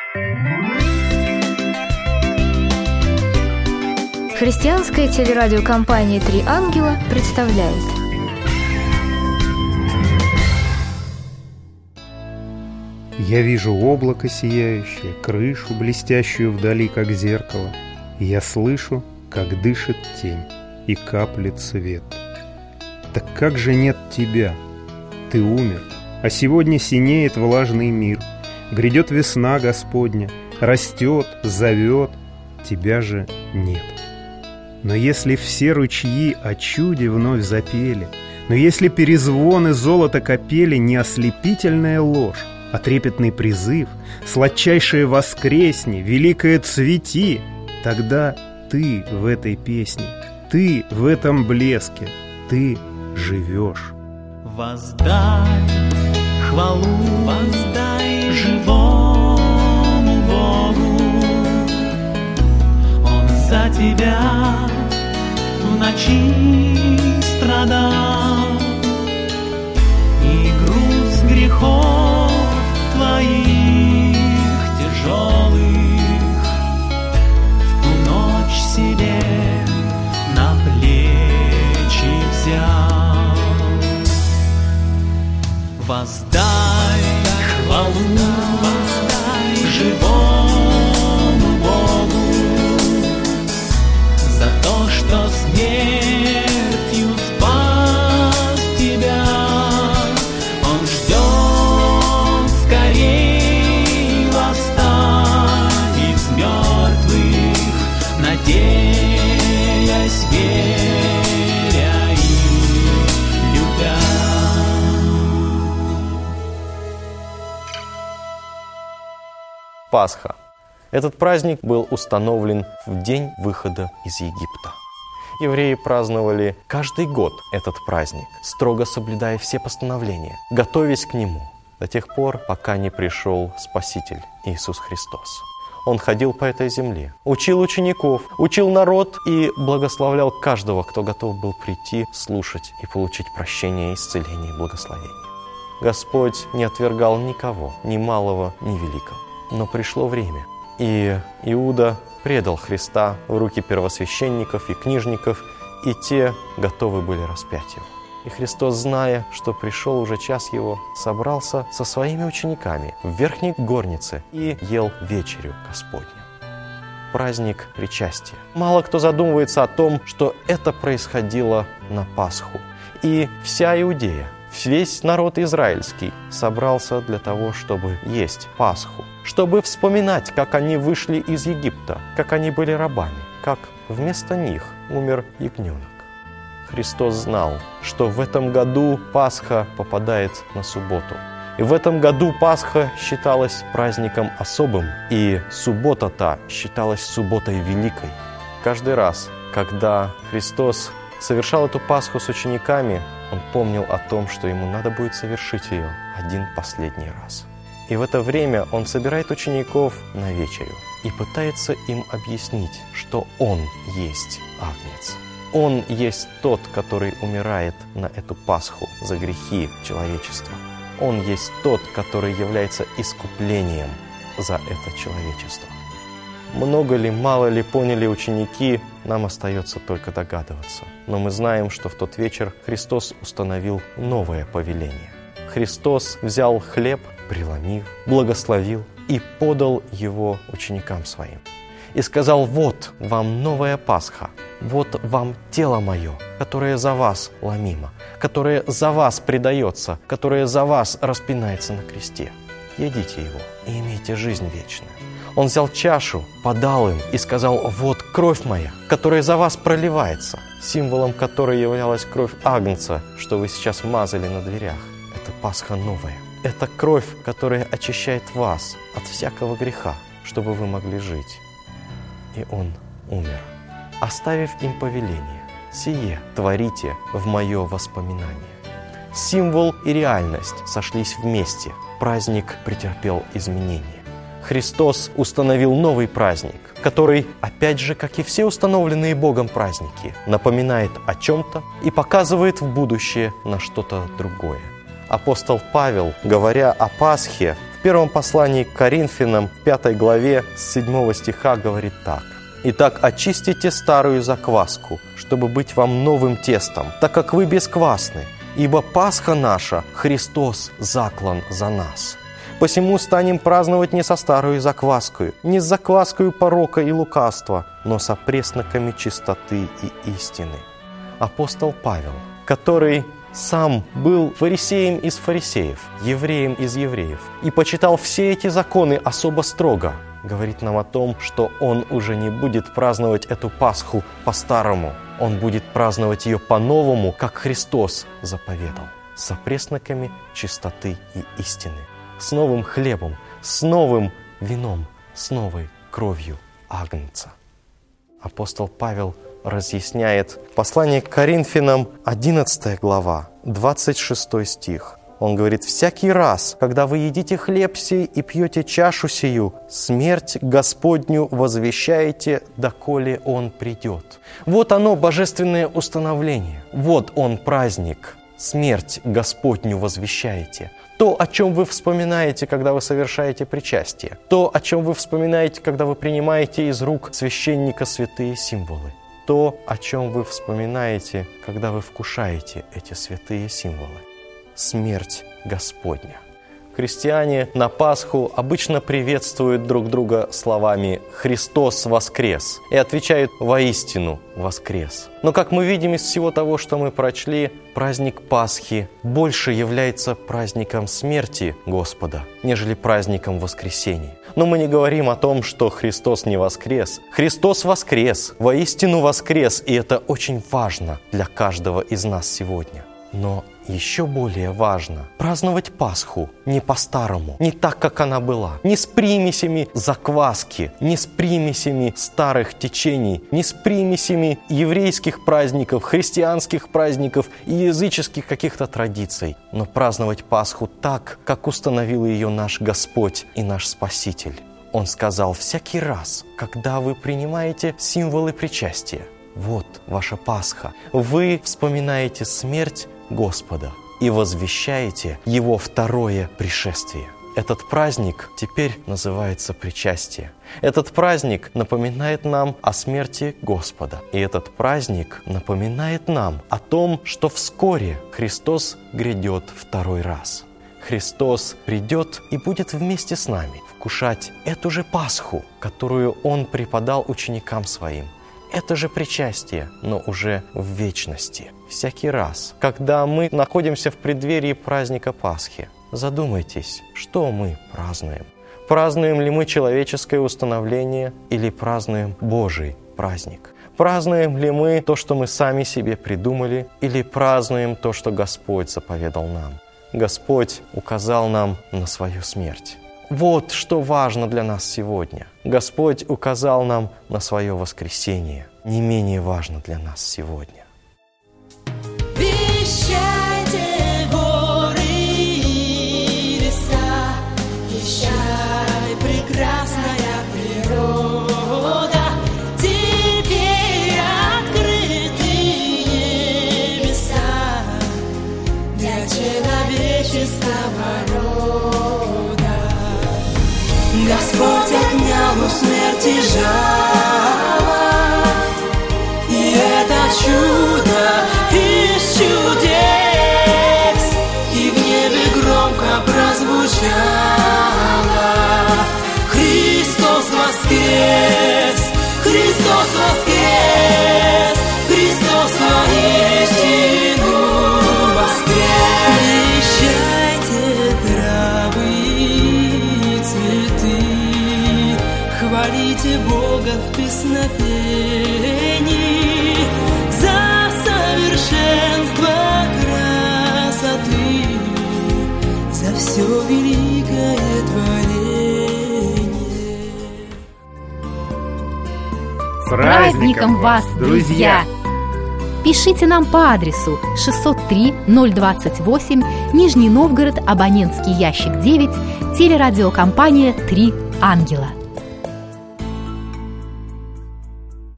Христианская телерадиокомпания «Три ангела» представляет. Я вижу облако сияющее, крышу, блестящую вдали, как зеркало, и я слышу, как дышит тень и каплет свет. Так как же нет тебя? Ты умер, а сегодня синеет влажный мир. Грядет весна Господня, растет, зовет, тебя же нет. Но если все ручьи о чуде вновь запели, но если перезвоны золота капели не ослепительная ложь, а трепетный призыв, сладчайшее воскресни, великое цвети, тогда ты в этой песне, ты в этом блеске, ты живешь. Воздай хвалу, воздай живому Богу. Он за тебя в ночи страдал, и груз грехов твоих тяжелых в ту ночь себе на плечи взял. Воздай хвалу, воздай живому Богу за то, что смертью спас тебя. Он ждет скорей восстать из мертвых, надеясь, веря и любя. Пасха. Этот праздник был установлен в день выхода из Египта. Евреи праздновали каждый год этот праздник, строго соблюдая все постановления, готовясь к нему до тех пор, пока не пришел Спаситель Иисус Христос. Он ходил по этой земле, учил учеников, учил народ и благословлял каждого, кто готов был прийти, слушать и получить прощение, исцеление и благословение. Господь не отвергал никого, ни малого, ни великого. Но пришло время, и Иуда предал Христа в руки первосвященников и книжников, и те готовы были распять его. И Христос, зная, что пришел уже час его, собрался со своими учениками в верхней горнице и ел вечерю Господню. Праздник причастия. Мало кто задумывается о том, что это происходило на Пасху. И вся Иудея, весь народ израильский собрался для того, чтобы есть Пасху, чтобы вспоминать, как они вышли из Египта, как они были рабами, как вместо них умер ягненок. Христос знал, что в этом году Пасха попадает на субботу. И в этом году Пасха считалась праздником особым, и суббота-то считалась субботой великой. Каждый раз, когда Христос совершал эту Пасху с учениками, он помнил о том, что ему надо будет совершить ее один последний раз. И в это время он собирает учеников на вечерю и пытается им объяснить, что он есть Агнец. Он есть тот, который умирает на эту Пасху за грехи человечества. Он есть тот, который является искуплением за это человечество. Много ли, мало ли поняли ученики, нам остается только догадываться. Но мы знаем, что в тот вечер Христос установил новое повеление. Христос взял хлеб, преломив, благословил и подал его ученикам своим. И сказал: «Вот вам новая Пасха, вот вам тело мое, которое за вас ломимо, которое за вас предается, которое за вас распинается на кресте. Едите его и имейте жизнь вечную». Он взял чашу, подал им и сказал: «Вот кровь моя, которая за вас проливается», символом которой являлась кровь Агнца, что вы сейчас мазали на дверях. Это Пасха новая. Это кровь, которая очищает вас от всякого греха, чтобы вы могли жить. И Он умер, оставив им повеление: «Сие творите в мое воспоминание». Символ и реальность сошлись вместе. Праздник претерпел изменения. Христос установил новый праздник, который, опять же, как и все установленные Богом праздники, напоминает о чем-то и показывает в будущее на что-то другое. Апостол Павел, говоря о Пасхе, в В первом послании к Коринфянам, 5 главе, с 7 стиха говорит так. «Итак, очистите старую закваску, чтобы быть вам новым тестом, так как вы бесквасны, ибо Пасха наша, Христос, заклан за нас. Посему станем праздновать не со старою закваскою, не с закваскою порока и лукавства, но со пресноками чистоты и истины». Апостол Павел, который сам был фарисеем из фарисеев, евреем из евреев, и почитал все эти законы особо строго, говорит нам о том, что он уже не будет праздновать эту Пасху по-старому, он будет праздновать ее по-новому, как Христос заповедал, со пресноками чистоты и истины, с новым хлебом, с новым вином, с новой кровью Агнца. Апостол Павел разъясняет в послании к Коринфянам, 11 глава, 26 стих. Он говорит: «Всякий раз, когда вы едите хлеб сей и пьете чашу сию, смерть Господню возвещаете, доколе Он придет». Вот оно, божественное установление. Вот он, праздник. Смерть Господню возвещаете. То, о чем вы вспоминаете, когда вы совершаете причастие. То, о чем вы вспоминаете, когда вы принимаете из рук священника святые символы. То, о чем вы вспоминаете, когда вы вкушаете эти святые символы. Смерть Господня. Христиане на Пасху обычно приветствуют друг друга словами «Христос воскрес» и отвечают «Воистину воскрес». Но, как мы видим из всего того, что мы прочли, праздник Пасхи больше является праздником смерти Господа, нежели праздником воскресения. Но мы не говорим о том, что Христос не воскрес. Христос воскрес, воистину воскрес, и это очень важно для каждого из нас сегодня. Но еще более важно праздновать Пасху не по-старому, не так, как она была, не с примесями закваски, не с примесями старых течений, не с примесями еврейских праздников, христианских праздников и языческих каких-то традиций, но праздновать Пасху так, как установил ее наш Господь и наш Спаситель. Он сказал: «Всякий раз, когда вы принимаете символы причастия, вот ваша Пасха, вы вспоминаете смерть Господа и возвещаете Его второе пришествие». Этот праздник теперь называется причастие. Этот праздник напоминает нам о смерти Господа. И этот праздник напоминает нам о том, что вскоре Христос грядет второй раз. Христос придет и будет вместе с нами вкушать эту же Пасху, которую Он преподал ученикам Своим. Это же причастие, но уже в вечности. Всякий раз, когда мы находимся в преддверии праздника Пасхи, задумайтесь, что мы празднуем. Празднуем ли мы человеческое установление или празднуем Божий праздник? Празднуем ли мы то, что мы сами себе придумали, или празднуем то, что Господь заповедал нам? Господь указал нам на свою смерть. Вот что важно для нас сегодня. Господь указал нам на свое воскресение. Не менее важно для нас сегодня. Вещайте горы и леса, вещай, прекрасная природа. Теперь открыты небеса для человеческого рода. Господь отнял у смерти жало, и это чудо из чудес, и в небе громко прозвучало: Христос воскрес, Христос воскрес, Христос воистину воскрес. Вещайте травы и цветы, хвалите Бога в песнопении за совершенство красоты, за все великое творение. С праздником вас, друзья! Пишите нам по адресу 603-028, Нижний Новгород, абонентский ящик 9, телерадиокомпания «3 ангела».